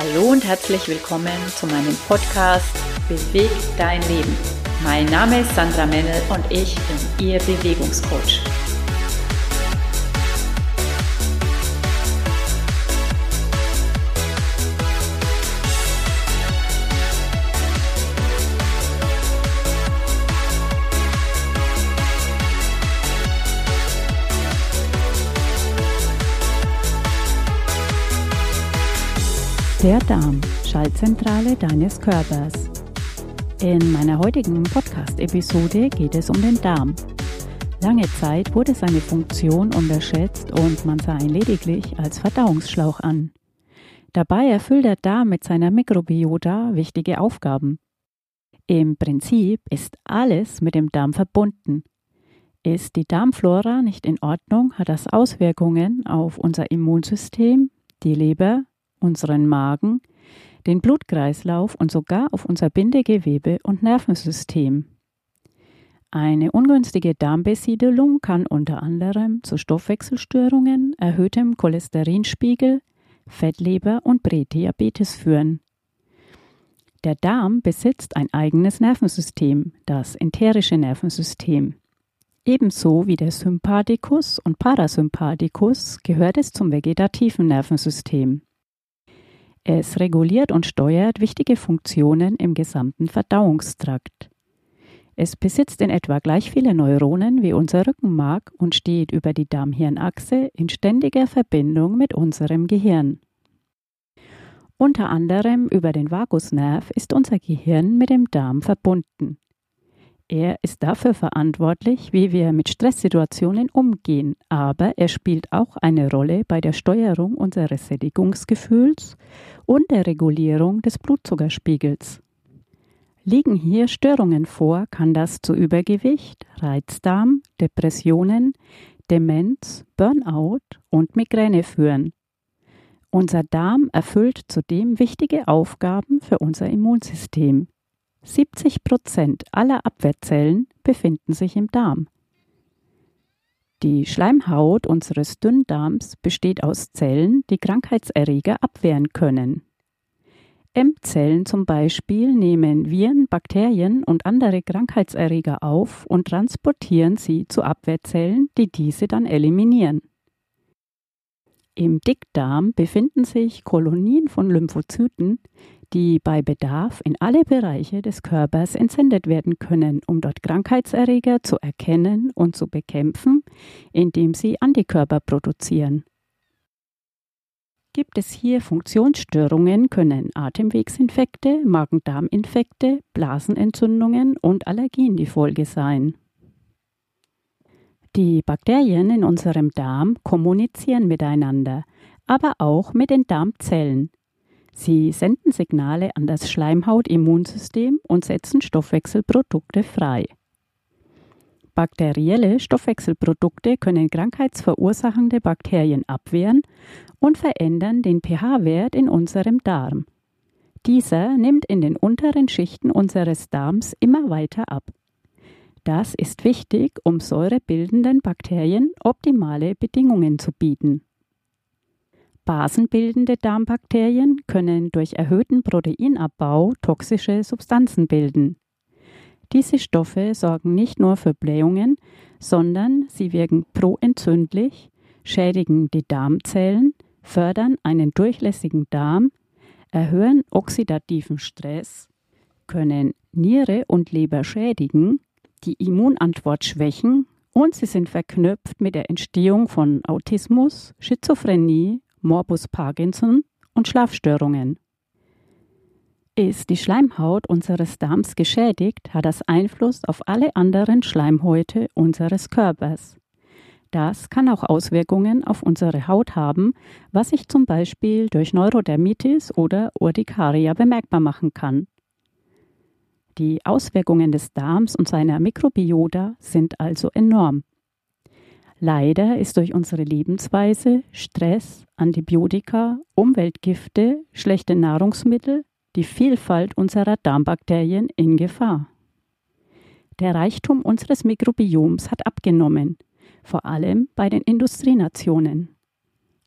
Hallo und herzlich willkommen zu meinem Podcast Beweg dein Leben. Mein Name ist Sandra Mennel und ich bin Ihr Bewegungscoach. Der Darm, Schaltzentrale deines Körpers. In meiner heutigen Podcast-Episode geht es um den Darm. Lange Zeit wurde seine Funktion unterschätzt und man sah ihn lediglich als Verdauungsschlauch an. Dabei erfüllt der Darm mit seiner Mikrobiota wichtige Aufgaben. Im Prinzip ist alles mit dem Darm verbunden. Ist die Darmflora nicht in Ordnung, hat das Auswirkungen auf unser Immunsystem, die Leber, unseren Magen, den Blutkreislauf und sogar auf unser Bindegewebe und Nervensystem. Eine ungünstige Darmbesiedelung kann unter anderem zu Stoffwechselstörungen, erhöhtem Cholesterinspiegel, Fettleber und Prädiabetes führen. Der Darm besitzt ein eigenes Nervensystem, das enterische Nervensystem. Ebenso wie der Sympathikus und Parasympathikus gehört es zum vegetativen Nervensystem. Es reguliert und steuert wichtige Funktionen im gesamten Verdauungstrakt. Es besitzt in etwa gleich viele Neuronen wie unser Rückenmark und steht über die Darm-Hirn-Achse in ständiger Verbindung mit unserem Gehirn. Unter anderem über den Vagusnerv ist unser Gehirn mit dem Darm verbunden. Er ist dafür verantwortlich, wie wir mit Stresssituationen umgehen, aber er spielt auch eine Rolle bei der Steuerung unseres Sättigungsgefühls und der Regulierung des Blutzuckerspiegels. Liegen hier Störungen vor, kann das zu Übergewicht, Reizdarm, Depressionen, Demenz, Burnout und Migräne führen. Unser Darm erfüllt zudem wichtige Aufgaben für unser Immunsystem. 70% aller Abwehrzellen befinden sich im Darm. Die Schleimhaut unseres Dünndarms besteht aus Zellen, die Krankheitserreger abwehren können. M-Zellen zum Beispiel nehmen Viren, Bakterien und andere Krankheitserreger auf und transportieren sie zu Abwehrzellen, die diese dann eliminieren. Im Dickdarm befinden sich Kolonien von Lymphozyten, die bei Bedarf in alle Bereiche des Körpers entsendet werden können, um dort Krankheitserreger zu erkennen und zu bekämpfen, indem sie Antikörper produzieren. Gibt es hier Funktionsstörungen, können Atemwegsinfekte, Magen-Darm-Infekte, Blasenentzündungen und Allergien die Folge sein. Die Bakterien in unserem Darm kommunizieren miteinander, aber auch mit den Darmzellen. Sie senden Signale an das Schleimhautimmunsystem und setzen Stoffwechselprodukte frei. Bakterielle Stoffwechselprodukte können krankheitsverursachende Bakterien abwehren und verändern den pH-Wert in unserem Darm. Dieser nimmt in den unteren Schichten unseres Darms immer weiter ab. Das ist wichtig, um säurebildenden Bakterien optimale Bedingungen zu bieten. Basenbildende Darmbakterien können durch erhöhten Proteinabbau toxische Substanzen bilden. Diese Stoffe sorgen nicht nur für Blähungen, sondern sie wirken proentzündlich, schädigen die Darmzellen, fördern einen durchlässigen Darm, erhöhen oxidativen Stress, können Niere und Leber schädigen, die Immunantwort schwächen und sie sind verknüpft mit der Entstehung von Autismus, Schizophrenie, Morbus Parkinson und Schlafstörungen. Ist die Schleimhaut unseres Darms geschädigt, hat das Einfluss auf alle anderen Schleimhäute unseres Körpers. Das kann auch Auswirkungen auf unsere Haut haben, was sich zum Beispiel durch Neurodermitis oder Urtikaria bemerkbar machen kann. Die Auswirkungen des Darms und seiner Mikrobiota sind also enorm. Leider ist durch unsere Lebensweise, Stress, Antibiotika, Umweltgifte, schlechte Nahrungsmittel die Vielfalt unserer Darmbakterien in Gefahr. Der Reichtum unseres Mikrobioms hat abgenommen, vor allem bei den Industrienationen.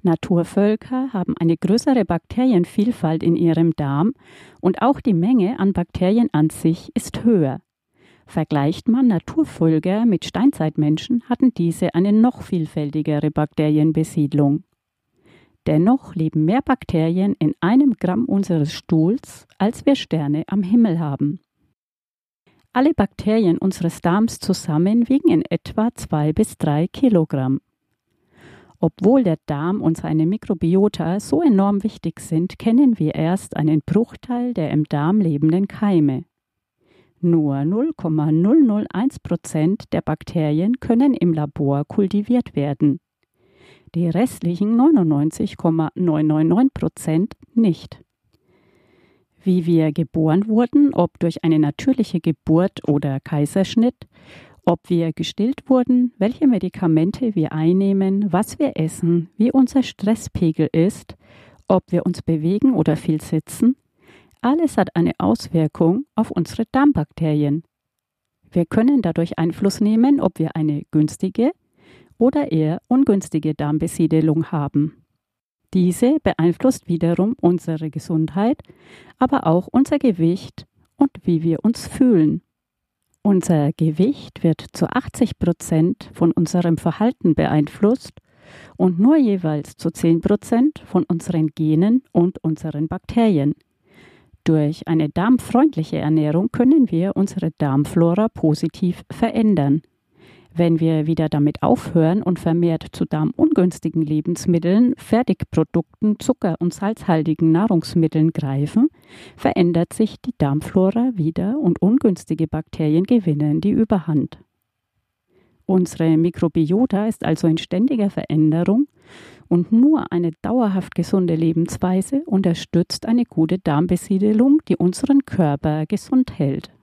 Naturvölker haben eine größere Bakterienvielfalt in ihrem Darm und auch die Menge an Bakterien an sich ist höher. Vergleicht man Naturvölker mit Steinzeitmenschen, hatten diese eine noch vielfältigere Bakterienbesiedlung. Dennoch leben mehr Bakterien in 1 Gramm unseres Stuhls, als wir Sterne am Himmel haben. Alle Bakterien unseres Darms zusammen wiegen in etwa 2 bis 3 Kilogramm. Obwohl der Darm und seine Mikrobiota so enorm wichtig sind, kennen wir erst einen Bruchteil der im Darm lebenden Keime. Nur 0,001% der Bakterien können im Labor kultiviert werden. Die restlichen 99,999% nicht. Wie wir geboren wurden, ob durch eine natürliche Geburt oder Kaiserschnitt, ob wir gestillt wurden, welche Medikamente wir einnehmen, was wir essen, wie unser Stresspegel ist, ob wir uns bewegen oder viel sitzen, alles hat eine Auswirkung auf unsere Darmbakterien. Wir können dadurch Einfluss nehmen, ob wir eine günstige oder eher ungünstige Darmbesiedelung haben. Diese beeinflusst wiederum unsere Gesundheit, aber auch unser Gewicht und wie wir uns fühlen. Unser Gewicht wird zu 80% von unserem Verhalten beeinflusst und nur jeweils zu 10% von unseren Genen und unseren Bakterien. Durch eine darmfreundliche Ernährung können wir unsere Darmflora positiv verändern. Wenn wir wieder damit aufhören und vermehrt zu darmungünstigen Lebensmitteln, Fertigprodukten, Zucker- und salzhaltigen Nahrungsmitteln greifen, verändert sich die Darmflora wieder und ungünstige Bakterien gewinnen die Überhand. Unsere Mikrobiota ist also in ständiger Veränderung und nur eine dauerhaft gesunde Lebensweise unterstützt eine gute Darmbesiedelung, die unseren Körper gesund hält.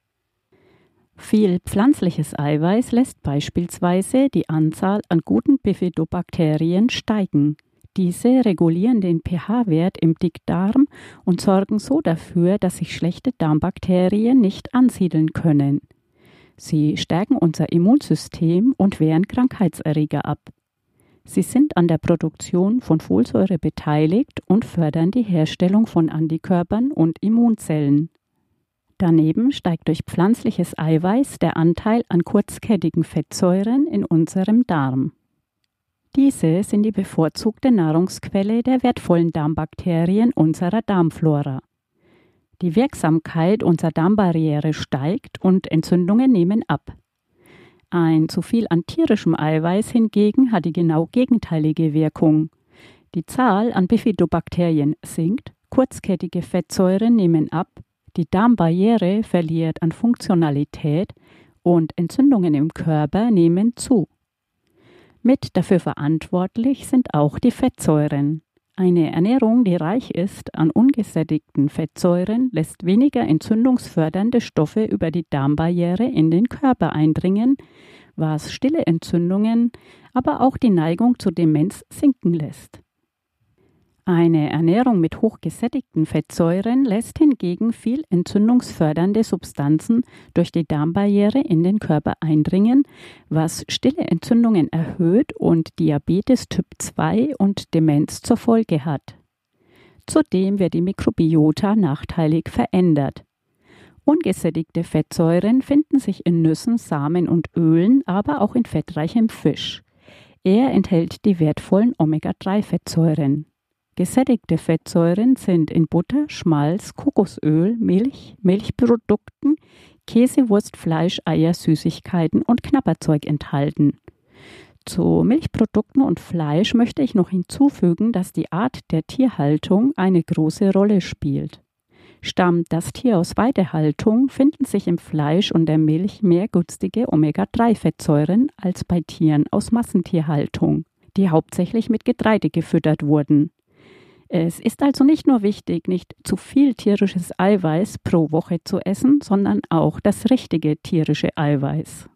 Viel pflanzliches Eiweiß lässt beispielsweise die Anzahl an guten Bifidobakterien steigen. Diese regulieren den pH-Wert im Dickdarm und sorgen so dafür, dass sich schlechte Darmbakterien nicht ansiedeln können. Sie stärken unser Immunsystem und wehren Krankheitserreger ab. Sie sind an der Produktion von Folsäure beteiligt und fördern die Herstellung von Antikörpern und Immunzellen. Daneben steigt durch pflanzliches Eiweiß der Anteil an kurzkettigen Fettsäuren in unserem Darm. Diese sind die bevorzugte Nahrungsquelle der wertvollen Darmbakterien unserer Darmflora. Die Wirksamkeit unserer Darmbarriere steigt und Entzündungen nehmen ab. Ein zu viel an tierischem Eiweiß hingegen hat die genau gegenteilige Wirkung. Die Zahl an Bifidobakterien sinkt, kurzkettige Fettsäuren nehmen ab, die Darmbarriere verliert an Funktionalität und Entzündungen im Körper nehmen zu. Mit dafür verantwortlich sind auch die Fettsäuren. Eine Ernährung, die reich ist an ungesättigten Fettsäuren, lässt weniger entzündungsfördernde Stoffe über die Darmbarriere in den Körper eindringen, was stille Entzündungen, aber auch die Neigung zur Demenz sinken lässt. Eine Ernährung mit hochgesättigten Fettsäuren lässt hingegen viel entzündungsfördernde Substanzen durch die Darmbarriere in den Körper eindringen, was stille Entzündungen erhöht und Diabetes Typ 2 und Demenz zur Folge hat. Zudem wird die Mikrobiota nachteilig verändert. Ungesättigte Fettsäuren finden sich in Nüssen, Samen und Ölen, aber auch in fettreichem Fisch. Er enthält die wertvollen Omega-3-Fettsäuren. Gesättigte Fettsäuren sind in Butter, Schmalz, Kokosöl, Milch, Milchprodukten, Käse, Wurst, Fleisch, Eier, Süßigkeiten und Knabberzeug enthalten. Zu Milchprodukten und Fleisch möchte ich noch hinzufügen, dass die Art der Tierhaltung eine große Rolle spielt. Stammt das Tier aus Weidehaltung, finden sich im Fleisch und der Milch mehr günstige Omega-3-Fettsäuren als bei Tieren aus Massentierhaltung, die hauptsächlich mit Getreide gefüttert wurden. Es ist also nicht nur wichtig, nicht zu viel tierisches Eiweiß pro Woche zu essen, sondern auch das richtige tierische Eiweiß.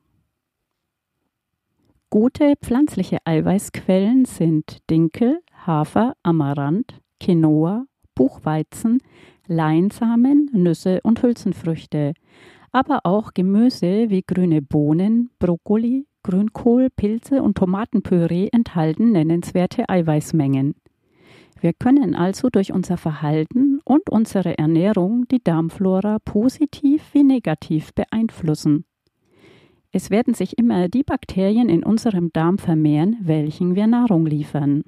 Gute pflanzliche Eiweißquellen sind Dinkel, Hafer, Amaranth, Quinoa, Buchweizen, Leinsamen, Nüsse und Hülsenfrüchte, aber auch Gemüse wie grüne Bohnen, Brokkoli, Grünkohl, Pilze und Tomatenpüree enthalten nennenswerte Eiweißmengen. Wir können also durch unser Verhalten und unsere Ernährung die Darmflora positiv wie negativ beeinflussen. Es werden sich immer die Bakterien in unserem Darm vermehren, welchen wir Nahrung liefern.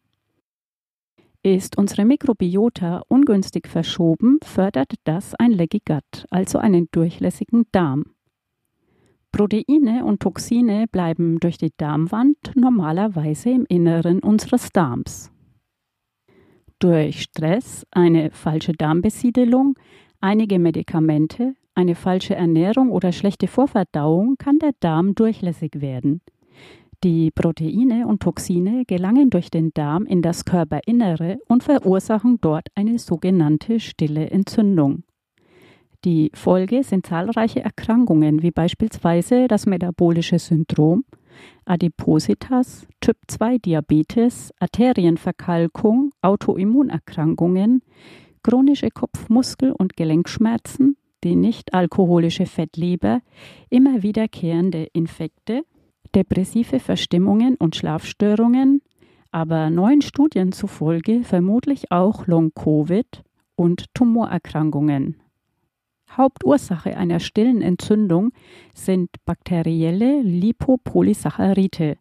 Ist unsere Mikrobiota ungünstig verschoben, fördert das ein Leaky Gut, also einen durchlässigen Darm. Proteine und Toxine bleiben durch die Darmwand normalerweise im Inneren unseres Darms. Durch Stress, eine falsche Darmbesiedelung, einige Medikamente, eine falsche Ernährung oder schlechte Vorverdauung kann der Darm durchlässig werden. Die Proteine und Toxine gelangen durch den Darm in das Körperinnere und verursachen dort eine sogenannte stille Entzündung. Die Folge sind zahlreiche Erkrankungen, wie beispielsweise das metabolische Syndrom, Adipositas, Typ-2-Diabetes, Arterienverkalkung, Autoimmunerkrankungen, chronische Kopfmuskel- und Gelenkschmerzen, die nicht-alkoholische Fettleber, immer wiederkehrende Infekte, depressive Verstimmungen und Schlafstörungen, aber neuen Studien zufolge vermutlich auch Long-Covid und Tumorerkrankungen. Hauptursache einer stillen Entzündung sind bakterielle Lipopolysaccharide.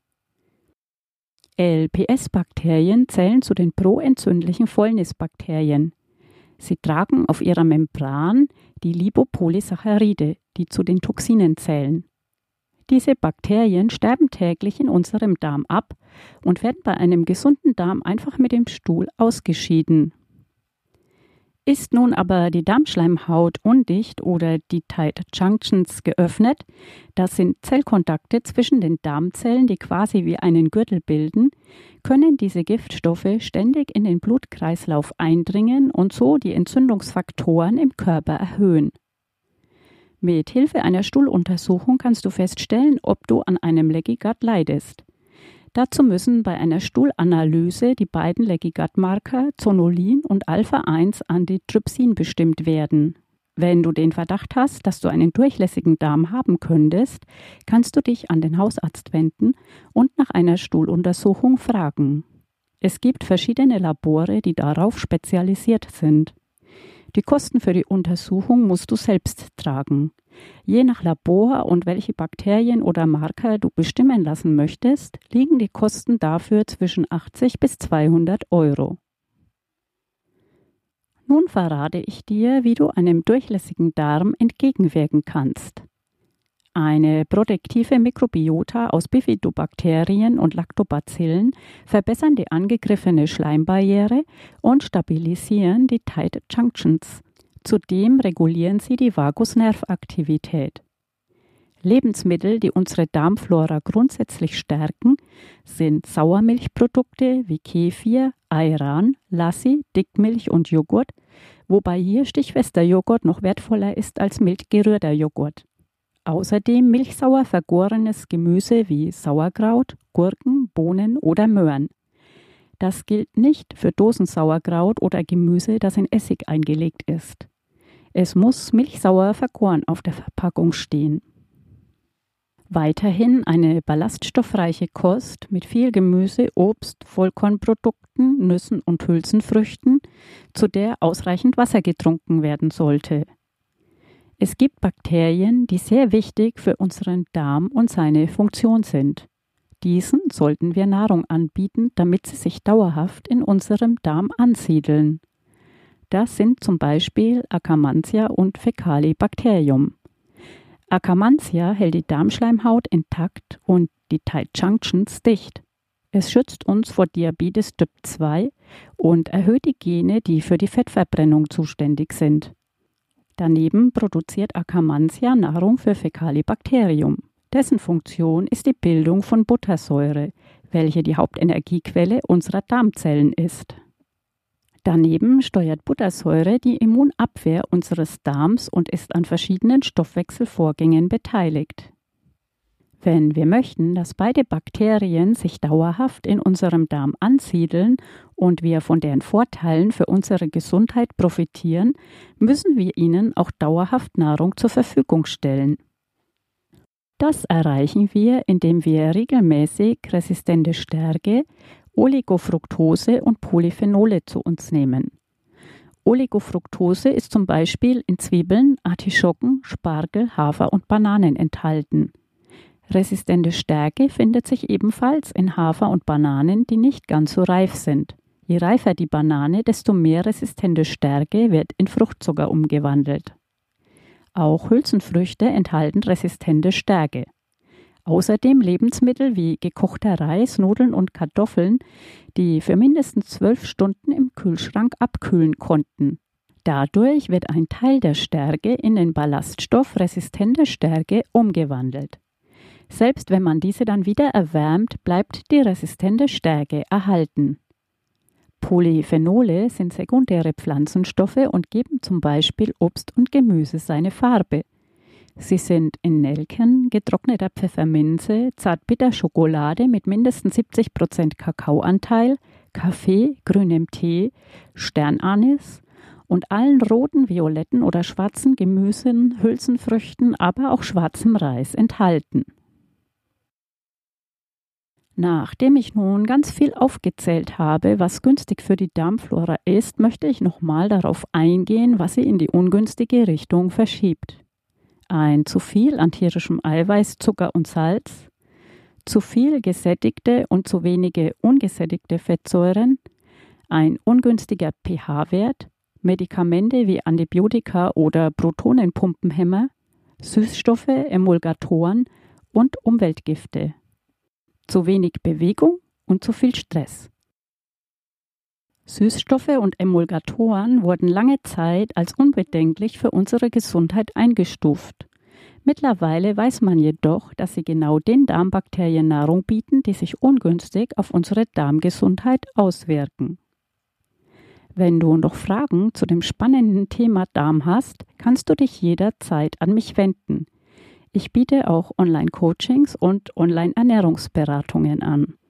LPS-Bakterien zählen zu den proentzündlichen Fäulnisbakterien. Sie tragen auf ihrer Membran die Lipopolysaccharide, die zu den Toxinen zählen. Diese Bakterien sterben täglich in unserem Darm ab und werden bei einem gesunden Darm einfach mit dem Stuhl ausgeschieden. Ist nun aber die Darmschleimhaut undicht oder die Tight Junctions geöffnet, das sind Zellkontakte zwischen den Darmzellen, die quasi wie einen Gürtel bilden, können diese Giftstoffe ständig in den Blutkreislauf eindringen und so die Entzündungsfaktoren im Körper erhöhen. Mit Hilfe einer Stuhluntersuchung kannst du feststellen, ob du an einem Leaky Gut leidest. Dazu müssen bei einer Stuhlanalyse die beiden Leaky Gut Marker Zonulin und Alpha-1-Antitrypsin bestimmt werden. Wenn du den Verdacht hast, dass du einen durchlässigen Darm haben könntest, kannst du dich an den Hausarzt wenden und nach einer Stuhluntersuchung fragen. Es gibt verschiedene Labore, die darauf spezialisiert sind. Die Kosten für die Untersuchung musst du selbst tragen. Je nach Labor und welche Bakterien oder Marker du bestimmen lassen möchtest, liegen die Kosten dafür zwischen 80 bis 200 €. Nun verrate ich dir, wie du einem durchlässigen Darm entgegenwirken kannst. Eine protektive Mikrobiota aus Bifidobakterien und Lactobacillen verbessern die angegriffene Schleimbarriere und stabilisieren die Tight Junctions. Zudem regulieren sie die Vagusnervaktivität. Lebensmittel, die unsere Darmflora grundsätzlich stärken, sind Sauermilchprodukte wie Kefir, Ayran, Lassi, Dickmilch und Joghurt, wobei hier stichfester Joghurt noch wertvoller ist als mild gerührter Joghurt. Außerdem milchsauer vergorenes Gemüse wie Sauerkraut, Gurken, Bohnen oder Möhren. Das gilt nicht für Dosensauerkraut oder Gemüse, das in Essig eingelegt ist. Es muss milchsauer vergoren auf der Verpackung stehen. Weiterhin eine ballaststoffreiche Kost mit viel Gemüse, Obst, Vollkornprodukten, Nüssen und Hülsenfrüchten, zu der ausreichend Wasser getrunken werden sollte. Es gibt Bakterien, die sehr wichtig für unseren Darm und seine Funktion sind. Diesen sollten wir Nahrung anbieten, damit sie sich dauerhaft in unserem Darm ansiedeln. Das sind zum Beispiel Akkermansia und Fecalibacterium. Akkermansia hält die Darmschleimhaut intakt und die Tight Junctions dicht. Es schützt uns vor Diabetes Typ 2 und erhöht die Gene, die für die Fettverbrennung zuständig sind. Daneben produziert Akkermansia Nahrung für Fecalibacterium. Dessen Funktion ist die Bildung von Buttersäure, welche die Hauptenergiequelle unserer Darmzellen ist. Daneben steuert Buttersäure die Immunabwehr unseres Darms und ist an verschiedenen Stoffwechselvorgängen beteiligt. Wenn wir möchten, dass beide Bakterien sich dauerhaft in unserem Darm ansiedeln und wir von deren Vorteilen für unsere Gesundheit profitieren, müssen wir ihnen auch dauerhaft Nahrung zur Verfügung stellen. Das erreichen wir, indem wir regelmäßig resistente Stärke, Oligofructose und Polyphenole zu uns nehmen. Oligofructose ist zum Beispiel in Zwiebeln, Artischocken, Spargel, Hafer und Bananen enthalten. Resistente Stärke findet sich ebenfalls in Hafer und Bananen, die nicht ganz so reif sind. Je reifer die Banane, desto mehr resistente Stärke wird in Fruchtzucker umgewandelt. Auch Hülsenfrüchte enthalten resistente Stärke. Außerdem Lebensmittel wie gekochter Reis, Nudeln und Kartoffeln, die für mindestens 12 Stunden im Kühlschrank abkühlen konnten. Dadurch wird ein Teil der Stärke in den Ballaststoff resistente Stärke umgewandelt. Selbst wenn man diese dann wieder erwärmt, bleibt die resistente Stärke erhalten. Polyphenole sind sekundäre Pflanzenstoffe und geben zum Beispiel Obst und Gemüse seine Farbe. Sie sind in Nelken, getrockneter Pfefferminze, Zartbitterschokolade mit mindestens 70% Kakaoanteil, Kaffee, grünem Tee, Sternanis und allen roten, violetten oder schwarzen Gemüsen, Hülsenfrüchten, aber auch schwarzem Reis enthalten. Nachdem ich nun ganz viel aufgezählt habe, was günstig für die Darmflora ist, möchte ich nochmal darauf eingehen, was sie in die ungünstige Richtung verschiebt. Ein zu viel an tierischem Eiweiß, Zucker und Salz, zu viel gesättigte und zu wenige ungesättigte Fettsäuren, ein ungünstiger pH-Wert, Medikamente wie Antibiotika oder Protonenpumpenhemmer, Süßstoffe, Emulgatoren und Umweltgifte. Zu wenig Bewegung und zu viel Stress. Süßstoffe und Emulgatoren wurden lange Zeit als unbedenklich für unsere Gesundheit eingestuft. Mittlerweile weiß man jedoch, dass sie genau den Darmbakterien Nahrung bieten, die sich ungünstig auf unsere Darmgesundheit auswirken. Wenn du noch Fragen zu dem spannenden Thema Darm hast, kannst du dich jederzeit an mich wenden. Ich biete auch Online-Coachings und Online-Ernährungsberatungen an.